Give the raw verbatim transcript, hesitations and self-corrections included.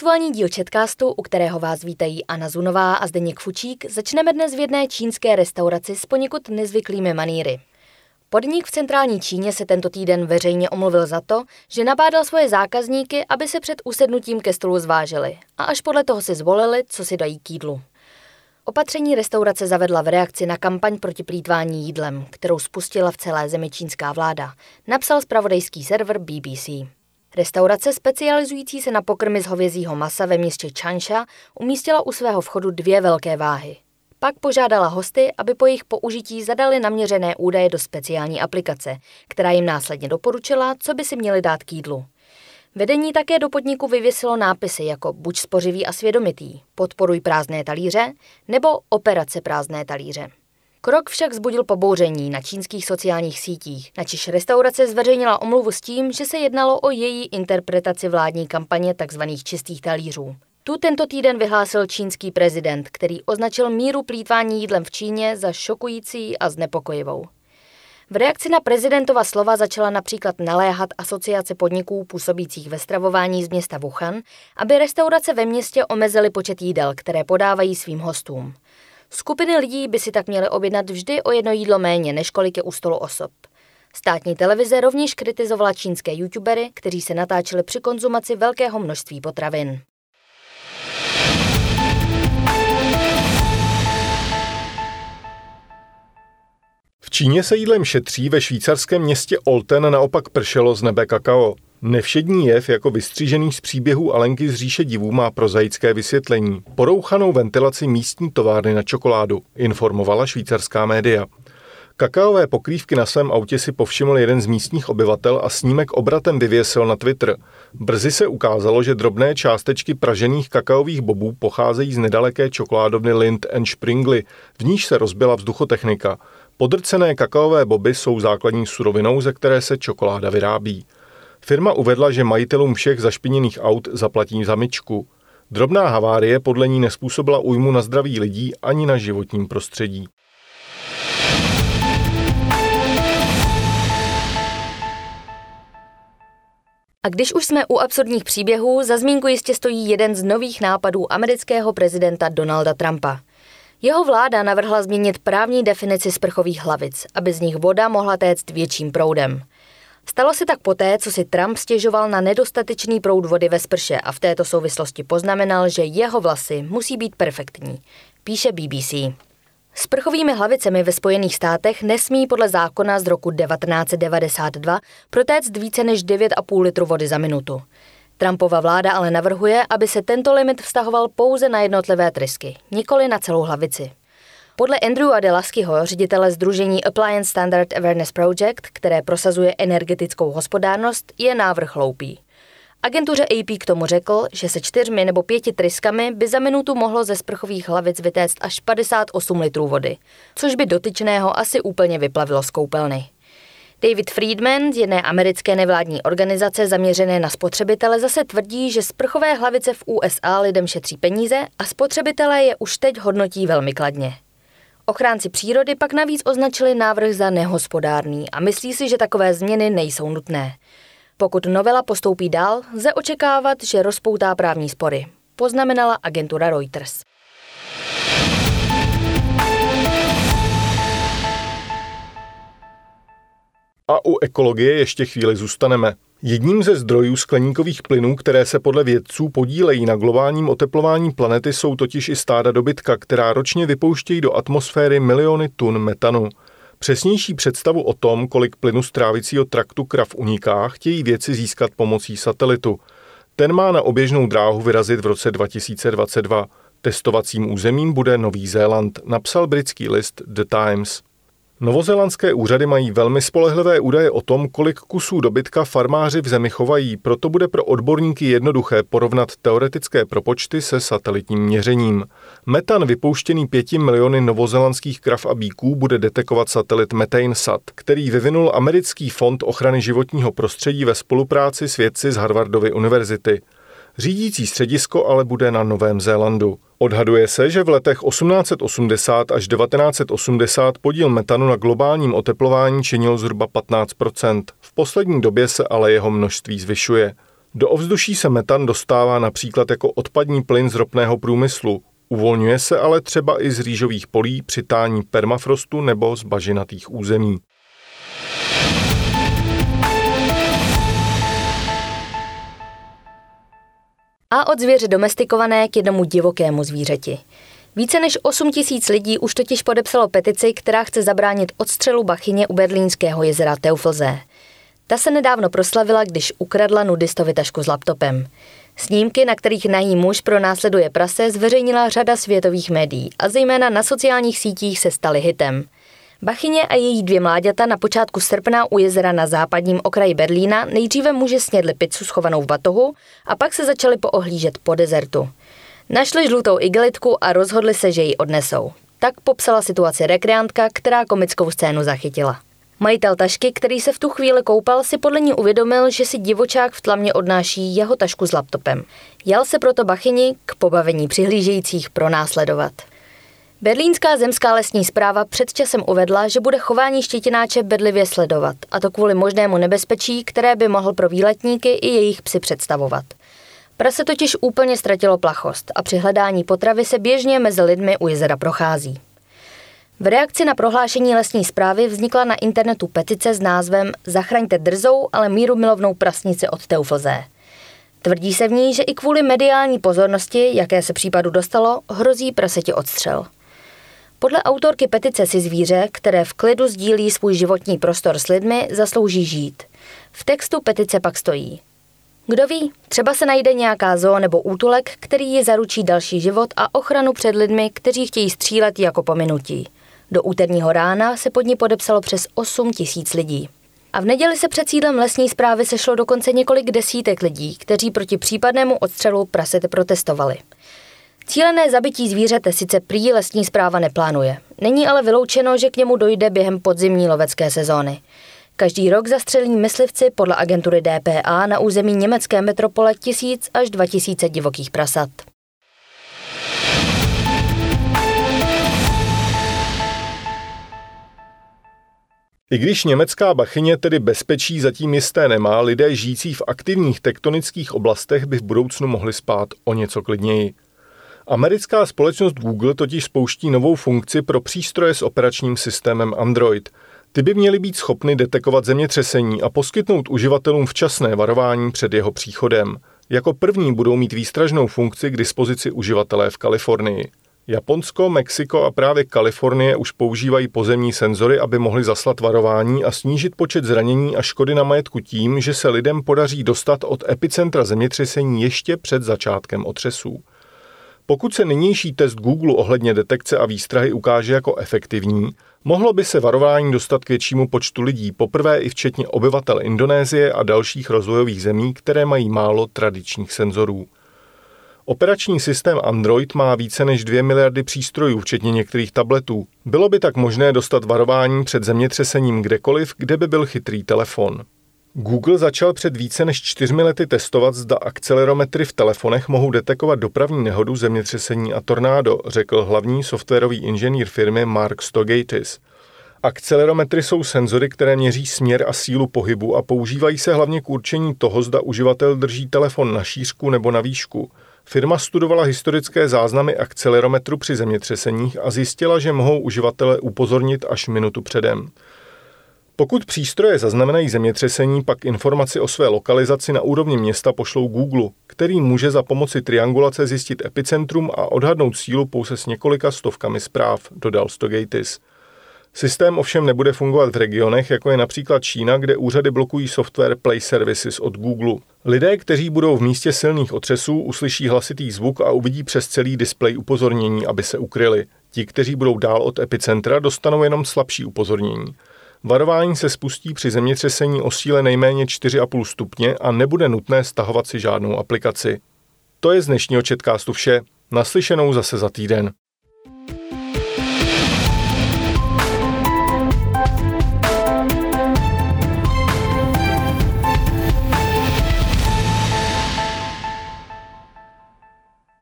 aktuální díl Chatcastu, u kterého vás vítají Anna Zunová a Zdeněk Fučík, začneme dnes v jedné čínské restauraci s poněkud nezvyklými manýry. Podnik v centrální Číně se tento týden veřejně omluvil za to, že nabádal svoje zákazníky, aby se před usednutím ke stolu zvážili a až podle toho si zvolili, co si dají k jídlu. Opatření restaurace zavedla v reakci na kampaň proti plýtvání jídlem, kterou spustila v celé zemi čínská vláda, napsal zpravodajský server B B C. Restaurace specializující se na pokrmy z hovězího masa ve městě Changsha umístila u svého vchodu dvě velké váhy. Pak požádala hosty, aby po jejich použití zadali naměřené údaje do speciální aplikace, která jim následně doporučila, co by si měli dát k jídlu. Vedení také do podniku vyvěsilo nápisy jako buď spořivý a svědomitý, podporuj prázdné talíře nebo operace prázdné talíře. Krok však vzbudil pobouření na čínských sociálních sítích, načež restaurace zveřejnila omluvu s tím, že se jednalo o její interpretaci vládní kampaně tzv. Čistých talířů. Tu tento týden vyhlásil čínský prezident, který označil míru plýtvání jídlem v Číně za šokující a znepokojivou. V reakci na prezidentova slova začala například naléhat asociace podniků působících ve stravování z města Wuhan, aby restaurace ve městě omezily počet jídel, které podávají svým hostům. Skupiny lidí by si tak měly objednat vždy o jedno jídlo méně, než kolik je u stolu osob. Státní televize rovněž kritizovala čínské youtubery, kteří se natáčeli při konzumaci velkého množství potravin. V Číně se jídlem šetří, ve švýcarském městě Olten naopak pršelo z nebe kakao. Nevšední jev jako vystřížený z příběhů Alenky z říše divů má prozaické vysvětlení. Porouchanou ventilaci místní továrny na čokoládu, informovala švýcarská média. Kakaové pokrývky na svém autě si povšiml jeden z místních obyvatel a snímek obratem vyvěsil na Twitter. Brzy se ukázalo, že drobné částečky pražených kakaových bobů pocházejí z nedaleké čokoládovny Lindt and Sprüngli, v níž se rozbila vzduchotechnika. Podrcené kakaové boby jsou základní surovinou, ze které se čokoláda vyrábí. Firma uvedla, že majitelům všech zašpiněných aut zaplatí za myčku. Drobná havárie podle ní nezpůsobila újmu na zdraví lidí ani na životním prostředí. A když už jsme u absurdních příběhů, za zmínku jistě stojí jeden z nových nápadů amerického prezidenta Donalda Trumpa. Jeho vláda navrhla změnit právní definici sprchových hlavic, aby z nich voda mohla téct větším proudem. Stalo se tak poté, co si Trump stěžoval na nedostatečný proud vody ve sprše a v této souvislosti poznamenal, že jeho vlasy musí být perfektní, píše B B C. Sprchovými hlavicemi ve Spojených státech nesmí podle zákona z roku devatenáct devadesát dva protéct více než devět a půl litru vody za minutu. Trumpova vláda ale navrhuje, aby se tento limit vztahoval pouze na jednotlivé trysky, nikoli na celou hlavici. Podle Andrewa Delaskyho, ředitele sdružení Appliance Standard Awareness Project, které prosazuje energetickou hospodárnost, je návrh hloupý. Agentuře A P k tomu řekl, že se čtyřmi nebo pěti tryskami by za minutu mohlo ze sprchových hlavic vytéct až padesát osm litrů vody, což by dotyčného asi úplně vyplavilo z koupelny. David Friedman z jedné americké nevládní organizace zaměřené na spotřebitele zase tvrdí, že sprchové hlavice v U S A lidem šetří peníze a spotřebitelé je už teď hodnotí velmi kladně. Ochránci přírody pak navíc označili návrh za nehospodárný a myslí si, že takové změny nejsou nutné. Pokud novela postoupí dál, lze očekávat, že rozpoutá právní spory, poznamenala agentura Reuters. A u ekologie ještě chvíli zůstaneme. Jedním ze zdrojů skleníkových plynů, které se podle vědců podílejí na globálním oteplování planety, jsou totiž i stáda dobytka, která ročně vypouštějí do atmosféry miliony tun metanu. Přesnější představu o tom, kolik plynu z trávicího traktu krav uniká, chtějí vědci získat pomocí satelitu. Ten má na oběžnou dráhu vyrazit v roce dva tisíce dvacet dva. Testovacím územím bude Nový Zéland, napsal britský list The Times. Novozélandské úřady mají velmi spolehlivé údaje o tom, kolik kusů dobytka farmáři v zemi chovají, proto bude pro odborníky jednoduché porovnat teoretické propočty se satelitním měřením. Metan vypouštěný pěti miliony novozélandských krav a býků bude detekovat satelit MethaneSat, který vyvinul americký fond ochrany životního prostředí ve spolupráci s vědci z Harvardovy univerzity. Řídící středisko ale bude na Novém Zélandu. Odhaduje se, že v letech osmnáct osmdesát až devatenáct osmdesát podíl metanu na globálním oteplování činil zhruba patnáct procent. V poslední době se ale jeho množství zvyšuje. Do ovzduší se metan dostává například jako odpadní plyn z ropného průmyslu. Uvolňuje se ale třeba i z rýžových polí při tání permafrostu nebo z bažinatých území. A od zvěře domestikované k jednomu divokému zvířeti. Více než osm tisíc lidí už totiž podepsalo petici, která chce zabránit odstřelu bachyně u berlínského jezera Teufelsee. Ta se nedávno proslavila, když ukradla nudistovi tašku s laptopem. Snímky, na kterých nahý muž pronásleduje prase, zveřejnila řada světových médií a zejména na sociálních sítích se staly hitem. Bachyně a její dvě mláďata na počátku srpna u jezera na západním okraji Berlína nejdříve muži snědli pizzu schovanou v batohu a pak se začali poohlížet po dezertu. Našli žlutou igelitku a rozhodli se, že ji odnesou. Tak popsala situaci rekreantka, která komickou scénu zachytila. Majitel tašky, který se v tu chvíli koupal, si podle ní uvědomil, že si divočák v tlamě odnáší jeho tašku s laptopem. Jel se proto bachyni k pobavení přihlížejících pronásledovat. Berlínská zemská lesní správa před časem uvedla, že bude chování štětináče bedlivě sledovat, a to kvůli možnému nebezpečí, které by mohl pro výletníky i jejich psy představovat. Prase totiž úplně ztratilo plachost a při hledání potravy se běžně mezi lidmi u jezera prochází. V reakci na prohlášení lesní správy vznikla na internetu petice s názvem Zachraňte drzou, ale mírumilovnou prasnici od Teufelsee. Tvrdí se v ní, že i kvůli mediální pozornosti, jaké se případu dostalo, hrozí praseti odstřel. Podle autorky petice si zvíře, které v klidu sdílí svůj životní prostor s lidmi, zaslouží žít. V textu petice pak stojí: Kdo ví, třeba se najde nějaká zoo nebo útulek, který ji zaručí další život a ochranu před lidmi, kteří chtějí střílet jako pominutí. Do úterního rána se pod ní podepsalo přes osm tisíc lidí. A v neděli se před sídlem lesní správy sešlo dokonce několik desítek lidí, kteří proti případnému odstřelu prasete protestovali. Cílené zabití zvířete sice prý lesní správa neplánuje. Není ale vyloučeno, že k němu dojde během podzimní lovecké sezóny. Každý rok zastřelí myslivci podle agentury D P A na území německé metropole tisíc až dva tisíce divokých prasat. I když německá bachyně tedy bezpečí zatím jisté nemá, lidé žijící v aktivních tektonických oblastech by v budoucnu mohli spát o něco klidněji. Americká společnost Google totiž spouští novou funkci pro přístroje s operačním systémem Android. Ty by měly být schopny detekovat zemětřesení a poskytnout uživatelům včasné varování před jeho příchodem. Jako první budou mít výstražnou funkci k dispozici uživatelé v Kalifornii. Japonsko, Mexiko a právě Kalifornie už používají pozemní senzory, aby mohli zaslat varování a snížit počet zranění a škody na majetku tím, že se lidem podaří dostat od epicentra zemětřesení ještě před začátkem otřesů. Pokud se nynější test Google ohledně detekce a výstrahy ukáže jako efektivní, mohlo by se varování dostat k většímu počtu lidí, poprvé i včetně obyvatel Indonésie a dalších rozvojových zemí, které mají málo tradičních senzorů. Operační systém Android má více než dvě miliardy přístrojů, včetně některých tabletů. Bylo by tak možné dostat varování před zemětřesením kdekoliv, kde by byl chytrý telefon. Google začal před více než čtyřmi lety testovat, zda akcelerometry v telefonech mohou detekovat dopravní nehodu, zemětřesení a tornádo, řekl hlavní softwarový inženýr firmy Mark Stogatis. Akcelerometry jsou senzory, které měří směr a sílu pohybu a používají se hlavně k určení toho, zda uživatel drží telefon na šířku nebo na výšku. Firma studovala historické záznamy akcelerometru při zemětřeseních a zjistila, že mohou uživatele upozornit až minutu předem. Pokud přístroje zaznamenají zemětřesení, pak informaci o své lokalizaci na úrovni města pošlou Google, který může za pomoci triangulace zjistit epicentrum a odhadnout sílu pouze s několika stovkami zpráv, dodal Stogatis. Systém ovšem nebude fungovat v regionech, jako je například Čína, kde úřady blokují software Play Services od Google. Lidé, kteří budou v místě silných otřesů, uslyší hlasitý zvuk a uvidí přes celý displej upozornění, aby se ukryli. Ti, kteří budou dál od epicentra, dostanou jenom slabší upozornění. Varování se spustí při zemětřesení o síle nejméně čtyři a půl stupně a nebude nutné stahovat si žádnou aplikaci. To je z dnešního Chatcastu vše. Naslyšenou zase za týden.